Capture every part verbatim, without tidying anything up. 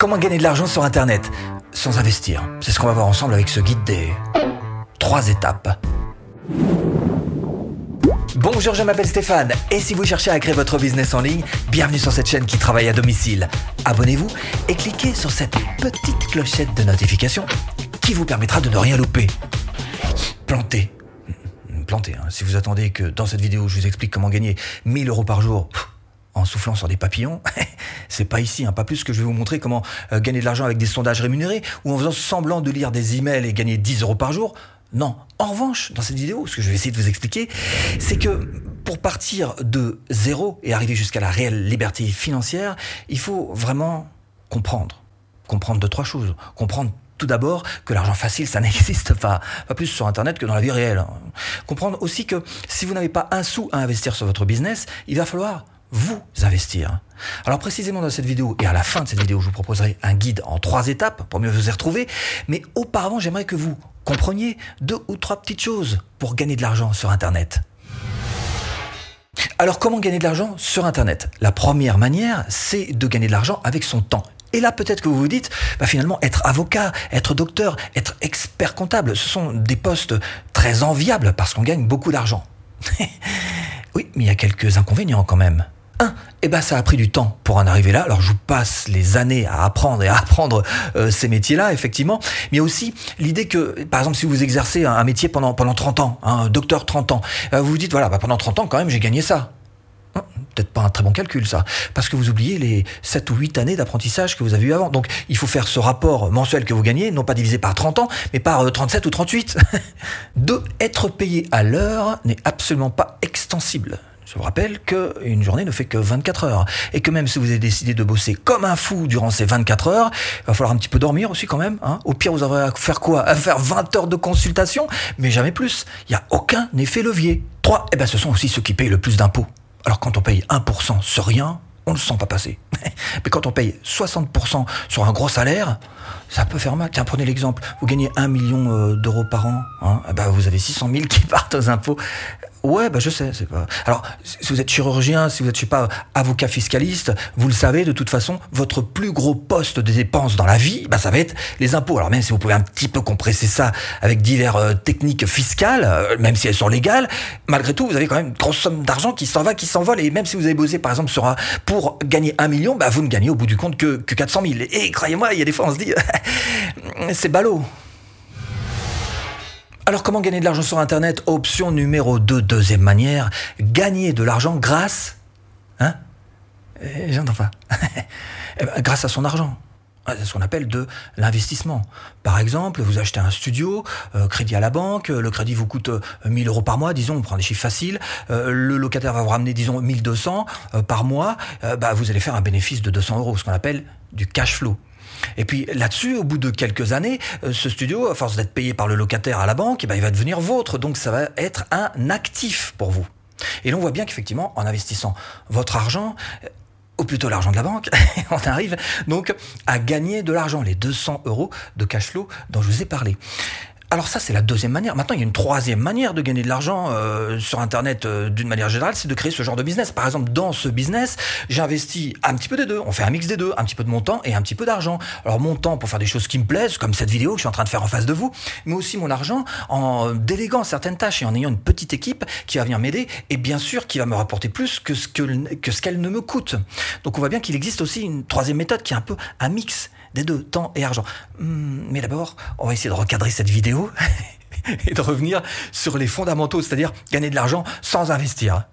Comment gagner de l'argent sur Internet sans investir? C'est ce qu'on va voir ensemble avec ce guide des trois étapes. Bonjour, je m'appelle Stéphane et si vous cherchez à créer votre business en ligne, bienvenue sur cette chaîne qui travaille à domicile. Abonnez-vous et cliquez sur cette petite clochette de notification qui vous permettra de ne rien louper. Plantez. Plantez, hein. Si vous attendez que dans cette vidéo je vous explique comment gagner mille euros par jour en soufflant sur des papillons, c'est pas ici, hein, pas plus que je vais vous montrer comment euh, gagner de l'argent avec des sondages rémunérés ou en faisant semblant de lire des emails et gagner dix euros par jour. Non. En revanche, dans cette vidéo, ce que je vais essayer de vous expliquer, c'est que pour partir de zéro et arriver jusqu'à la réelle liberté financière, il faut vraiment comprendre. Comprendre deux, trois choses. Comprendre tout d'abord que l'argent facile, ça n'existe pas. Pas plus sur Internet que dans la vie réelle. Comprendre aussi que si vous n'avez pas un sou à investir sur votre business, il va falloir vous investir. Alors précisément dans cette vidéo et à la fin de cette vidéo, je vous proposerai un guide en trois étapes pour mieux vous y retrouver. Mais auparavant, j'aimerais que vous compreniez deux ou trois petites choses pour gagner de l'argent sur Internet. Alors comment gagner de l'argent sur Internet? La première manière, c'est de gagner de l'argent avec son temps. Et là, peut-être que vous vous dites, bah finalement, être avocat, être docteur, être expert comptable, ce sont des postes très enviables parce qu'on gagne beaucoup d'argent. Oui, mais il y a quelques inconvénients quand même. Un, eh ben ça a pris du temps pour en arriver là. Alors je vous passe les années à apprendre et à apprendre euh, ces métiers-là, effectivement. Mais il y a aussi l'idée que, par exemple, si vous exercez un, un métier pendant, pendant trente ans, un docteur trente ans, euh, vous vous dites, voilà, bah, pendant trente ans, quand même, j'ai gagné ça. Hum, peut-être pas un très bon calcul, ça. Parce que vous oubliez les sept ou huit années d'apprentissage que vous avez eu avant. Donc, il faut faire ce rapport mensuel que vous gagnez, non pas divisé par trente ans, mais par euh, trente-sept ou trente-huit. Deux, être payé à l'heure n'est absolument pas extensible. Je vous rappelle qu'une journée ne fait que vingt-quatre heures. Et que même si vous avez décidé de bosser comme un fou durant ces vingt-quatre heures, il va falloir un petit peu dormir aussi quand même. Hein. Au pire, vous aurez à faire quoi? À faire vingt heures de consultation, mais jamais plus. Il n'y a aucun effet levier. Trois, eh ben, ce sont aussi ceux qui payent le plus d'impôts. Alors quand on paye un pour cent sur rien, on ne le sent pas passer. Mais quand on paye soixante pour cent sur un gros salaire, ça peut faire mal. Tiens, prenez l'exemple. Vous gagnez un million d'euros par an. Hein, eh ben, vous avez six cent mille qui partent aux impôts. Ouais, bah je sais, c'est pas. Alors, si vous êtes chirurgien, si vous êtes, je sais pas, avocat fiscaliste, vous le savez, de toute façon, votre plus gros poste de dépenses dans la vie, bah ça va être les impôts. Alors même si vous pouvez un petit peu compresser ça avec diverses euh, techniques fiscales, euh, même si elles sont légales, malgré tout, vous avez quand même une grosse somme d'argent qui s'en va, qui s'envole. Et même si vous avez bossé, par exemple, sur un, pour gagner un million, bah vous ne gagnez au bout du compte que, que quatre cent mille. Et croyez-moi, il y a des fois, on se dit, c'est ballot. Alors comment gagner de l'argent sur Internet? Option numéro deux, deuxième manière, gagner de l'argent grâce... Hein eh, J'entends pas. eh ben, grâce à son argent. C'est ce qu'on appelle de l'investissement. Par exemple, vous achetez un studio, euh, crédit à la banque, le crédit vous coûte euh, mille euros par mois, disons, on prend des chiffres faciles, euh, le locataire va vous ramener, disons, mille deux cents euh, par mois, euh, bah, vous allez faire un bénéfice de deux cents euros, ce qu'on appelle du cash flow. Et puis là-dessus, au bout de quelques années, ce studio, à force d'être payé par le locataire à la banque, eh ben, il va devenir vôtre. Donc ça va être un actif pour vous. Et l'on voit bien qu'effectivement, en investissant votre argent, ou plutôt l'argent de la banque, on arrive donc à gagner de l'argent, les deux cents euros de cash flow dont je vous ai parlé. Alors ça, c'est la deuxième manière. Maintenant, il y a une troisième manière de gagner de l'argent euh, sur Internet euh, d'une manière générale, c'est de créer ce genre de business. Par exemple, dans ce business, j'investis un petit peu des deux. On fait un mix des deux, un petit peu de mon temps et un petit peu d'argent. Alors mon temps pour faire des choses qui me plaisent, comme cette vidéo que je suis en train de faire en face de vous, mais aussi mon argent en déléguant certaines tâches et en ayant une petite équipe qui va venir m'aider et bien sûr qui va me rapporter plus que ce que, que ce qu'elle ne me coûte. Donc on voit bien qu'il existe aussi une troisième méthode qui est un peu un mix des deux, temps et argent. Mais d'abord, on va essayer de recadrer cette vidéo et de revenir sur les fondamentaux, c'est-à-dire gagner de l'argent sans investir.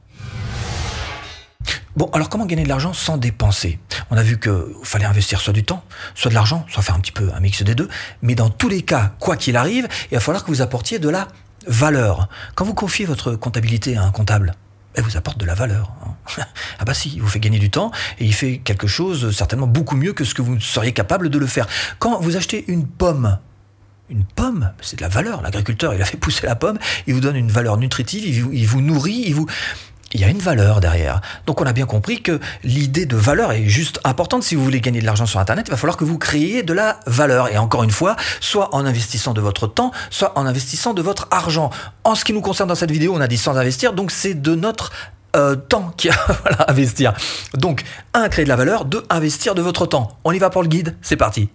Bon, alors comment gagner de l'argent sans dépenser? On a vu qu'il fallait investir soit du temps, soit de l'argent, soit faire un petit peu un mix des deux. Mais dans tous les cas, quoi qu'il arrive, il va falloir que vous apportiez de la valeur. Quand vous confiez votre comptabilité à un comptable, elle vous apporte de la valeur. Ah bah si, il vous fait gagner du temps et il fait quelque chose certainement beaucoup mieux que ce que vous seriez capable de le faire. Quand vous achetez une pomme, une pomme, c'est de la valeur. L'agriculteur, il a fait pousser la pomme, il vous donne une valeur nutritive, il vous, il vous nourrit, il vous... il y a une valeur derrière. Donc on a bien compris que l'idée de valeur est juste importante. Si vous voulez gagner de l'argent sur Internet, il va falloir que vous créiez de la valeur. Et encore une fois, soit en investissant de votre temps, soit en investissant de votre argent. En ce qui nous concerne dans cette vidéo, on a dit sans investir, donc c'est de notre euh, temps qu'il y a voilà, à investir. Donc, un, créer de la valeur, deux, investir de votre temps. On y va pour le guide, c'est parti.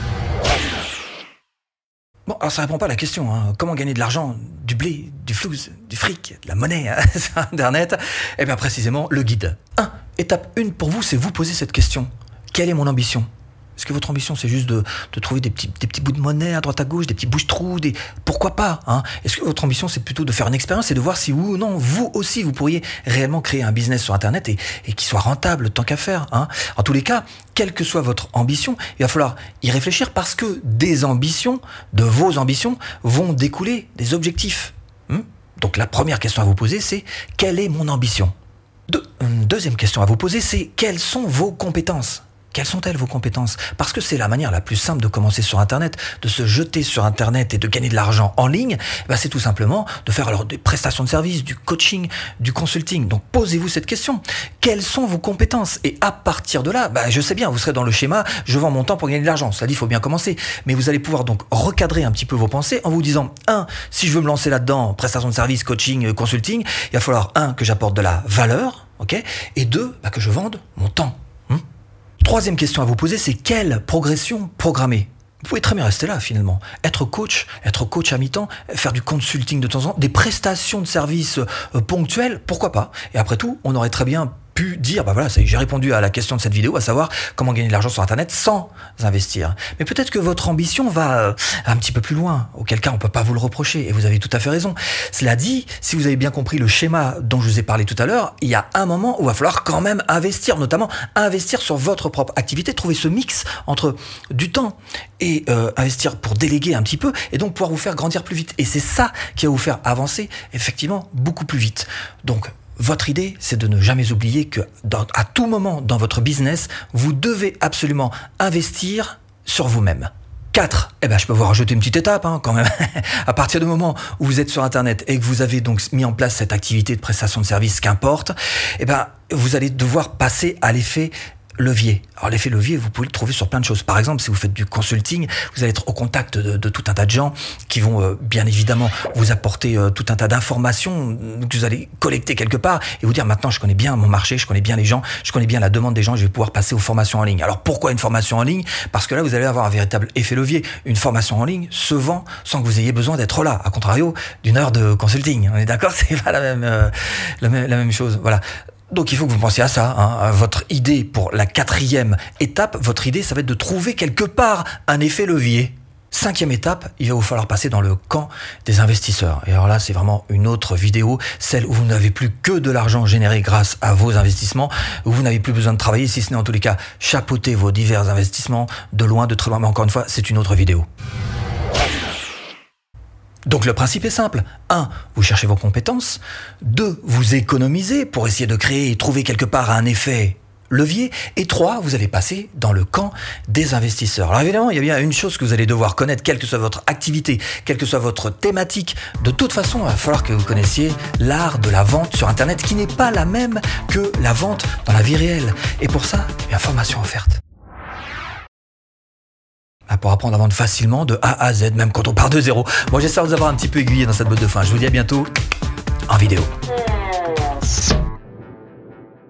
Bon, alors ça répond pas à la question, hein. Comment gagner de l'argent, du blé, du flouze, du fric, de la monnaie hein, sur Internet? Eh bien précisément, le guide. un. Étape un pour vous, c'est vous poser cette question. Quelle est mon ambition? Est-ce que votre ambition, c'est juste de, de trouver des petits, des petits bouts de monnaie à droite à gauche, des petits bouches-trous, des... pourquoi pas hein? Est-ce que votre ambition, c'est plutôt de faire une expérience et de voir si oui ou non, vous aussi, vous pourriez réellement créer un business sur Internet et, et qui soit rentable tant qu'à faire hein? En tous les cas, quelle que soit votre ambition, il va falloir y réfléchir parce que des ambitions, de vos ambitions, vont découler des objectifs. Hmm? Donc la première question à vous poser, c'est quelle est mon ambition? De, une deuxième question à vous poser, c'est quelles sont vos compétences? Quelles sont-elles vos compétences? Parce que c'est la manière la plus simple de commencer sur Internet, de se jeter sur Internet et de gagner de l'argent en ligne. Ben c'est tout simplement de faire alors des prestations de services, du coaching, du consulting. Donc posez-vous cette question. Quelles sont vos compétences? Et à partir de là, ben je sais bien, vous serez dans le schéma, je vends mon temps pour gagner de l'argent. Ça dit, il faut bien commencer. Mais vous allez pouvoir donc recadrer un petit peu vos pensées en vous disant, un, si je veux me lancer là-dedans, prestation de services, coaching, consulting, il va falloir, un, que j'apporte de la valeur, ok, et deux, ben, que je vende mon temps. Troisième question à vous poser, c'est quelle progression programmer? Vous pouvez très bien rester là finalement. Être coach, être coach à mi-temps, faire du consulting de temps en temps, des prestations de services euh, ponctuelles, pourquoi pas? Et après tout, on aurait très bien pu dire, bah voilà, j'ai répondu à la question de cette vidéo, à savoir comment gagner de l'argent sur Internet sans investir. Mais peut-être que votre ambition va euh, un petit peu plus loin, auquel cas on peut pas vous le reprocher, et vous avez tout à fait raison. Cela dit, si vous avez bien compris le schéma dont je vous ai parlé tout à l'heure, il y a un moment où il va falloir quand même investir, notamment investir sur votre propre activité, trouver ce mix entre du temps et euh, investir pour déléguer un petit peu, et donc pouvoir vous faire grandir plus vite. Et c'est ça qui va vous faire avancer, effectivement, beaucoup plus vite. Donc, votre idée, c'est de ne jamais oublier que dans, à tout moment dans votre business, vous devez absolument investir sur vous-même. quatre. Eh ben, je peux vous rajouter une petite étape, hein, quand même. À partir du moment où vous êtes sur Internet et que vous avez donc mis en place cette activité de prestation de service, qu'importe, eh ben, vous allez devoir passer à l'effet levier. Alors l'effet levier, vous pouvez le trouver sur plein de choses. Par exemple, si vous faites du consulting, vous allez être au contact de, de tout un tas de gens qui vont euh, bien évidemment vous apporter euh, tout un tas d'informations que vous allez collecter quelque part et vous dire maintenant je connais bien mon marché, je connais bien les gens, je connais bien la demande des gens, je vais pouvoir passer aux formations en ligne. Alors pourquoi une formation en ligne? Parce que là vous allez avoir un véritable effet levier. Une formation en ligne se vend sans que vous ayez besoin d'être là. À contrario d'une heure de consulting. On est d'accord? C'est pas la même, euh, la même, la même chose. Voilà. Donc il faut que vous pensiez à ça, hein. Votre idée pour la quatrième étape, votre idée, ça va être de trouver quelque part un effet levier. Cinquième étape, il va vous falloir passer dans le camp des investisseurs. Et alors là, c'est vraiment une autre vidéo, celle où vous n'avez plus que de l'argent généré grâce à vos investissements, où vous n'avez plus besoin de travailler, si ce n'est en tous les cas chapeauter vos divers investissements de loin, de très loin. Mais encore une fois, c'est une autre vidéo. Donc le principe est simple. un. Vous cherchez vos compétences. deux. Vous économisez pour essayer de créer et trouver quelque part un effet levier. Et trois. Vous allez passer dans le camp des investisseurs. Alors évidemment, il y a bien une chose que vous allez devoir connaître, quelle que soit votre activité, quelle que soit votre thématique. De toute façon, il va falloir que vous connaissiez l'art de la vente sur Internet, qui n'est pas la même que la vente dans la vie réelle. Et pour ça, il y a formation offerte. Pour apprendre à vendre facilement de A à Z, même quand on part de zéro. Moi, j'espère vous avoir un petit peu aiguillé dans cette botte de foin. Je vous dis à bientôt en vidéo.